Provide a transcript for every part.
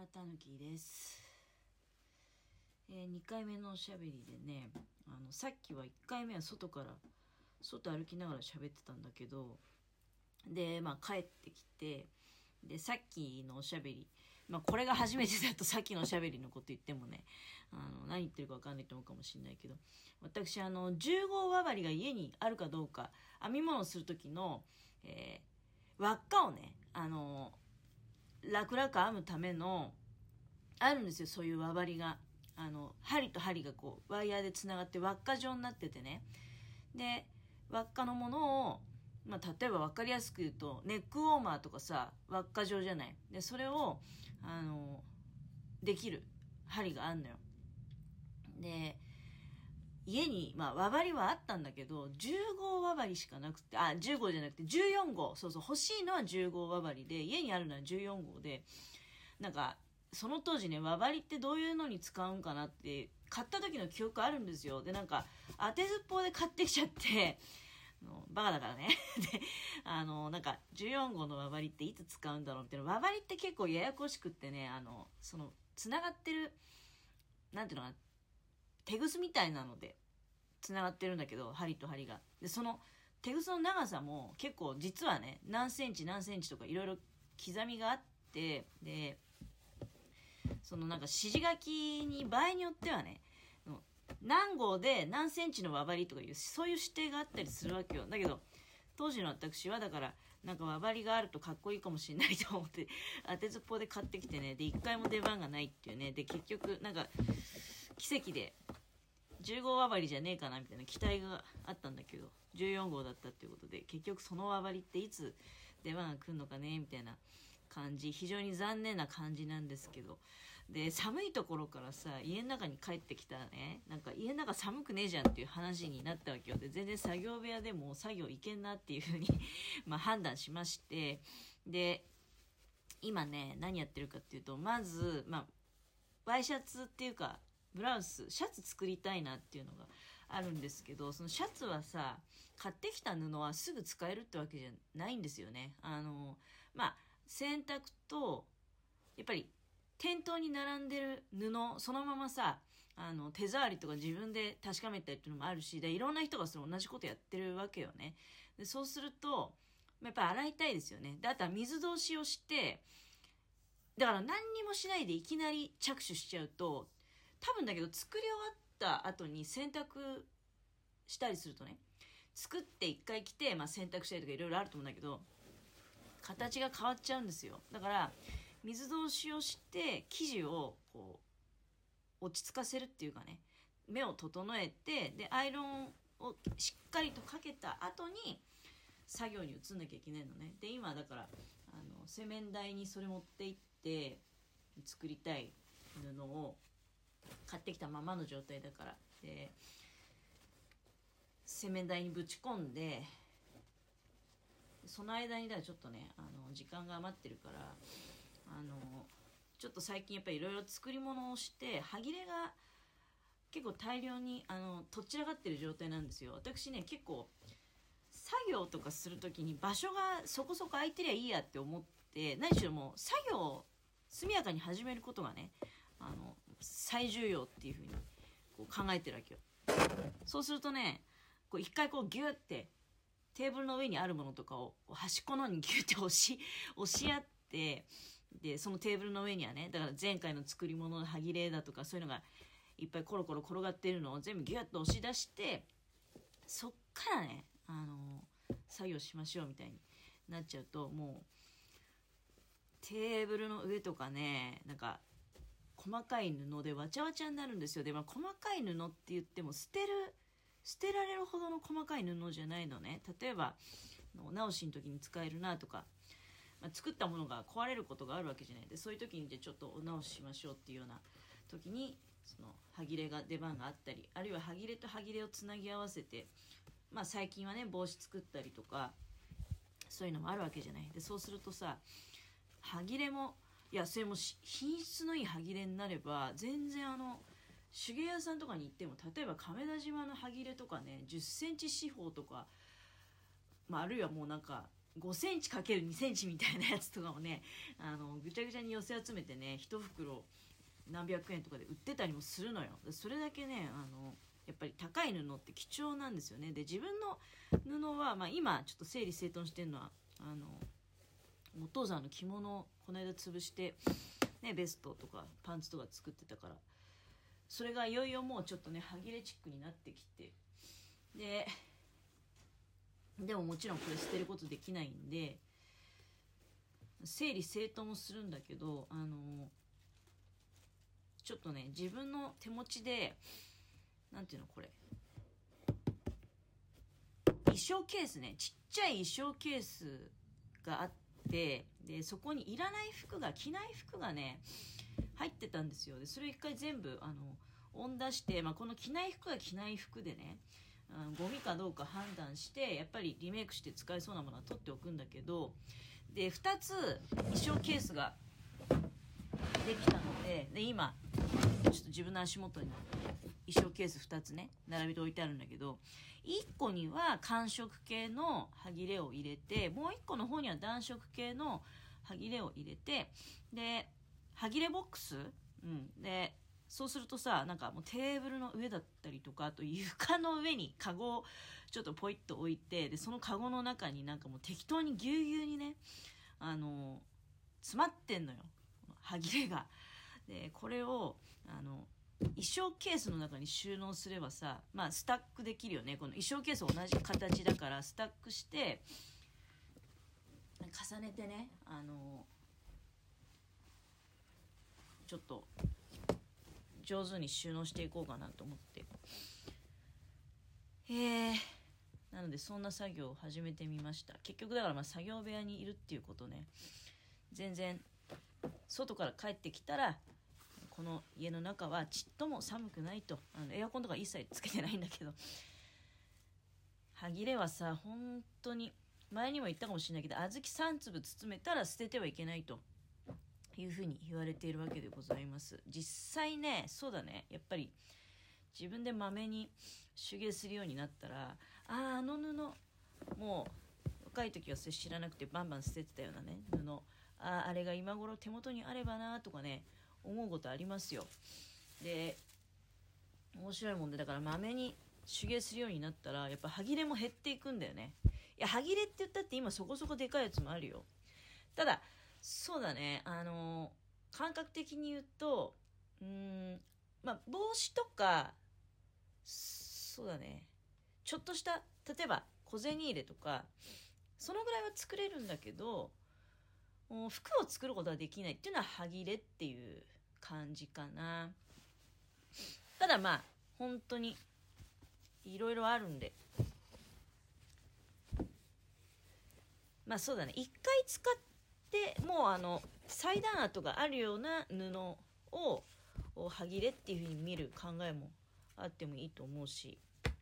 たぬきです。2回目のおしゃべりでね、さっきは1回目は外歩きながら喋ってたんだけど、で、帰ってきて、で、さっきのおしゃべり、これが初めてだとさっきのおしゃべりのこと言ってもね、何言ってるか分かんないと思うかもしれないけど、私、10号輪針が家にあるかどうか、編み物をする時の、輪っかをね、楽々編むためのあるんですよ、そういう輪針が。針と針がこうワイヤーでつながって輪っか状になっててね。で輪っかのものを、例えば分かりやすく言うとネックウォーマーとかさ、輪っか状じゃない。でそれをできる針があんのよ。で家に、輪針はあったんだけど10号輪針しかなくて、10号じゃなくて14号、そうそう、欲しいのは10号輪針で家にあるのは14号で、なんかその当時ね、輪針ってどういうのに使うんかなって買った時の記憶あるんですよ。でなんか当てずっぽうで買ってきちゃってバカだからねでなんか14号の輪針っていつ使うんだろうみたいな。輪針って結構ややこしくってね、そのつながってる、なんていうのかな、手ぐすみたいなのでつながってるんだけど、針と針が。でその手ぐすの長さも結構実はね、何センチ何センチとかいろいろ刻みがあって、でそのなんか指示書きに場合によってはね、何号で何センチの輪針とかいうそういう指定があったりするわけよ。だけど当時の私はだからなんか輪針があるとかっこいいかもしれないと思って当てずっぽうで買ってきてね、で1回も出番がないっていうね。で結局なんか奇跡で10号輪針じゃねえかなみたいな期待があったんだけど14号だったっていうことで、結局その輪針っていつ出番が来るのかねみたいな感じ、非常に残念な感じなんですけど、で寒いところからさ家の中に帰ってきたらね、なんか家の中寒くねえじゃんっていう話になったわけよ。で全然作業部屋でも作業いけんなっていう風に判断しまして、で今ね何やってるかっていうと、まずワイシャツっていうかブラウス、シャツ作りたいなっていうのがあるんですけど、そのシャツはさ、買ってきた布はすぐ使えるってわけじゃないんですよね。洗濯とやっぱり店頭に並んでる布そのままさ、手触りとか自分で確かめたりっていうのもあるし、でいろんな人がその同じことやってるわけよね。でそうするとやっぱり洗いたいですよね。であとは水通しをして、だから何にもしないでいきなり着手しちゃうと、多分だけど作り終わった後に洗濯したりするとね、作って一回着て、洗濯したりとかいろいろあると思うんだけど形が変わっちゃうんですよ。だから水通しをして生地をこう落ち着かせるっていうかね、目を整えて、でアイロンをしっかりとかけた後に作業に移んなきゃいけないのね。で今だから洗面台にそれ持って行って作りたい布を買ってきたままの状態だから、で洗面台にぶち込んで、その間にだからちょっとね時間が余ってるから、ちょっと最近やっぱりいろいろ作り物をして歯切れが結構大量にとっちらかってる状態なんですよ。私ね結構作業とかするときに場所がそこそこ空いてりゃいいやって思って、何しろもう作業を速やかに始めることがね最重要っていう風にこう考えてるわけよ。そうするとね、こう一回こうギュッてテーブルの上にあるものとかを端っこのにギュッて押し合って、でそのテーブルの上にはね、だから前回の作り物の歯切れだとかそういうのがいっぱいコロコロ転がっているのを全部ギュッと押し出して、そっからね作業しましょうみたいになっちゃうと、もうテーブルの上とかね、なんか細かい布でわちゃわちゃになるんですよ。で細かい布って言っても捨てられるほどの細かい布じゃないのね。例えば直しの時に使えるなとか、作ったものが壊れることがあるわけじゃない。でそういう時にじゃちょっとお直ししましょうっていうような時にその歯切れが出番があったり、あるいは歯切れと歯切れをつなぎ合わせて、最近はね帽子作ったりとかそういうのもあるわけじゃない。でそうするとさ、歯切れもそれも品質のいい歯切れになれば全然手芸屋さんとかに行っても、例えば亀田島の歯切れとかね10センチ四方とか、あるいはもうなんか 5センチ ×2 センチみたいなやつとかをねぐちゃぐちゃに寄せ集めてね1袋何百円とかで売ってたりもするのよ。それだけねやっぱり高い布って貴重なんですよね。で自分の布は、今ちょっと整理整頓してるのはお父さんの着物をこの間潰して、ね、ベストとかパンツとか作ってたから、それがいよいよもうちょっとね歯切れチックになってきて、でももちろんこれ捨てることできないんで整理整頓もするんだけどちょっとね自分の手持ちでなんていうのこれ衣装ケースね、ちっちゃい衣装ケースがあって、でそこにいらない服が着ない服がね入ってたんですよ。でそれ一回全部音出して、この着ない服が着ない服でねゴミかどうか判断してやっぱりリメイクして使えそうなものは取っておくんだけど、で2つ衣装ケースができたので、今ちょっと自分の足元に衣装ケース2つね並べて置いてあるんだけど、1個には寒色系の歯切れを入れて、もう1個の方には暖色系の歯切れを入れて、で歯切れボックス、でそうするとさ、なんかもうテーブルの上だったりとか、あと床の上にカゴをちょっとポイッと置いて、でそのカゴの中になんかもう適当にぎゅうぎゅうにね詰まってんのよ歯切れが。でこれを衣装ケースの中に収納すればさ、スタックできるよね。この衣装ケース同じ形だからスタックして重ねてねちょっと上手に収納していこうかなと思って、なのでそんな作業を始めてみました。結局だから作業部屋にいるっていうことね、全然外から帰ってきたらこの家の中はちっとも寒くないと。エアコンとか一切つけてないんだけど、歯切れはさ本当に前にも言ったかもしれないけど、小豆3粒包めたら捨ててはいけないというふうに言われているわけでございます。実際ね、そうだね、やっぱり自分でまめに手芸するようになったら、あの布もう若い時はそれ知らなくてバンバン捨ててたようなね布、あれが今頃手元にあればなとかね思うことありますよ。で面白いもんで、だからまめに手芸するようになったらやっぱ歯切れも減っていくんだよね。いや歯切れって言ったって今そこそこでかいやつもあるよ。ただそうだね、感覚的に言うと帽子とかそうだね、ちょっとした例えば小銭入れとかそのぐらいは作れるんだけど、もう服を作ることはできないっていうのは歯切れっていう感じかな。ただ本当にいろいろあるんで、そうだね、一回使ってもう裁断跡があるような布を歯切れっていう風に見る考えもあってもいいと思うし、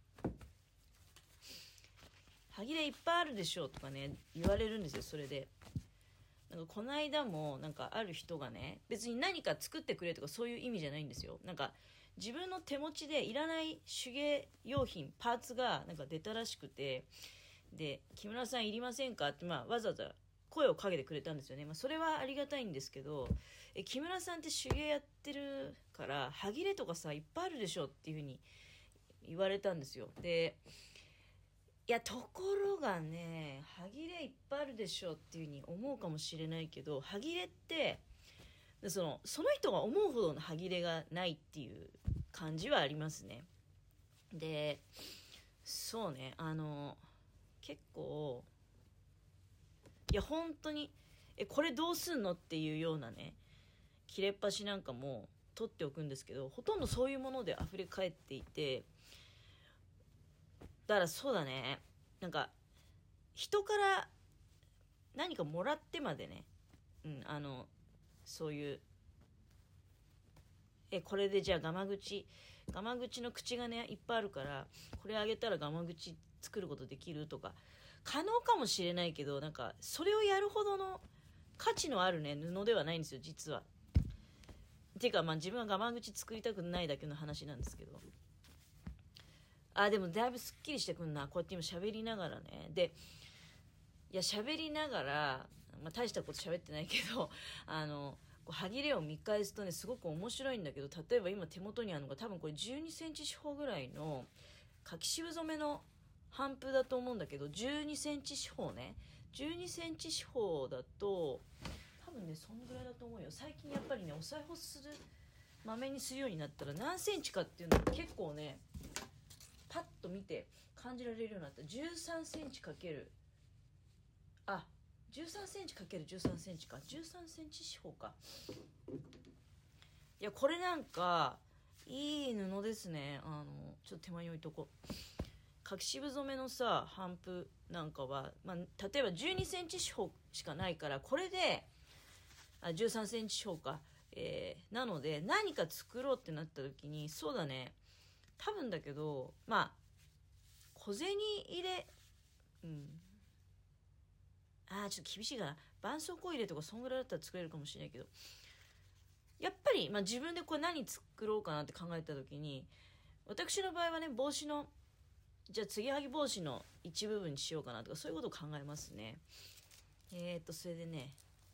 歯切れいっぱいあるでしょとかね言われるんですよ。それでなんかこの間もなんかある人がね、別に何か作ってくれとかそういう意味じゃないんですよ。なんか自分の手持ちでいらない手芸用品パーツがなんか出たらしくて、で木村さんいりませんかってわざわざ声をかけてくれたんですよね。それはありがたいんですけど、木村さんって手芸やってるから歯切れとかさいっぱいあるでしょっていう風に言われたんですよ。でいやところがね、歯切れいっぱいあるでしょっていう風に思うかもしれないけど、歯切れってその人が思うほどの歯切れがないっていう感じはありますね。でそうね、結構いや本当にこれどうすんのっていうようなね切れっ端なんかも取っておくんですけど、ほとんどそういうもので溢れ返っていて、だからそうだね、なんか人から何かもらってまでね、そういうこれでじゃあガマ口の口がねいっぱいあるからこれあげたらガマ口作ることできるとか可能かもしれないけど、なんかそれをやるほどの価値のあるね布ではないんですよ実は。ていうか自分はガマ口作りたくないだけの話なんですけど、でもだいぶすっきりしてくんな、こうやって今喋りながらね。でいや喋りながら、まあ、大したこと喋ってないけどこう歯切れを見返すとねすごく面白いんだけど、例えば今手元にあるのが多分これ12センチ四方ぐらいの柿渋染めの帆布だと思うんだけど、12センチ四方ね、12センチ四方だと多分ねそんぐらいだと思うよ。最近やっぱりねお裁縫するまめにするようになったら何センチかっていうのが結構ねパッと見て感じられるようになった。13センチかける13センチかける13センチか、13センチ四方か。いやこれなんかいい布ですね。ちょっと手前に置いとこう。柿渋染めのさ帆布なんかは、まあ、例えば12センチ四方しかないから、これで13センチ四方か、なので何か作ろうってなった時に、そうだね、多分だけどまあ小銭入れ、ちょっと厳しいかな。絆創膏入れとかそんぐらいだったら作れるかもしれないけど、やっぱり、まあ、自分でこれ何作ろうかなって考えた時に、私の場合はね帽子のじゃあ継ぎはぎ帽子の一部分にしようかなとかそういうことを考えますね。それでね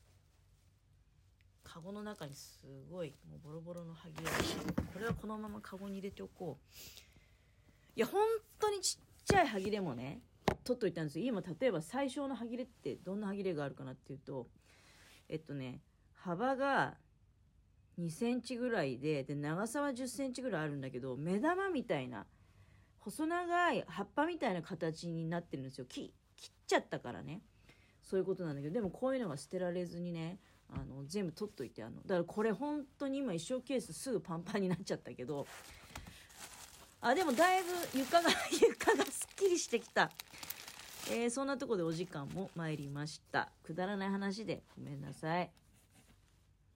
カゴの中にすごいもうボロボロのはぎれ、これはこのままカゴに入れておこう。いや本当にちっちゃいはぎれもね取っといたんですよ。今例えば最小のはぎれってどんなはぎれがあるかなっていうと、幅が2センチぐらいで長さは10センチぐらいあるんだけど、目玉みたいな細長い葉っぱみたいな形になってるんですよ。切っちゃったからね、そういうことなんだけど、でもこういうのが捨てられずにね全部取っといて、だからこれ本当に今衣装ケースすぐパンパンになっちゃったけど、でもだいぶ床がすっきりしてきた。そんなとこでお時間も参りました。くだらない話でごめんなさい。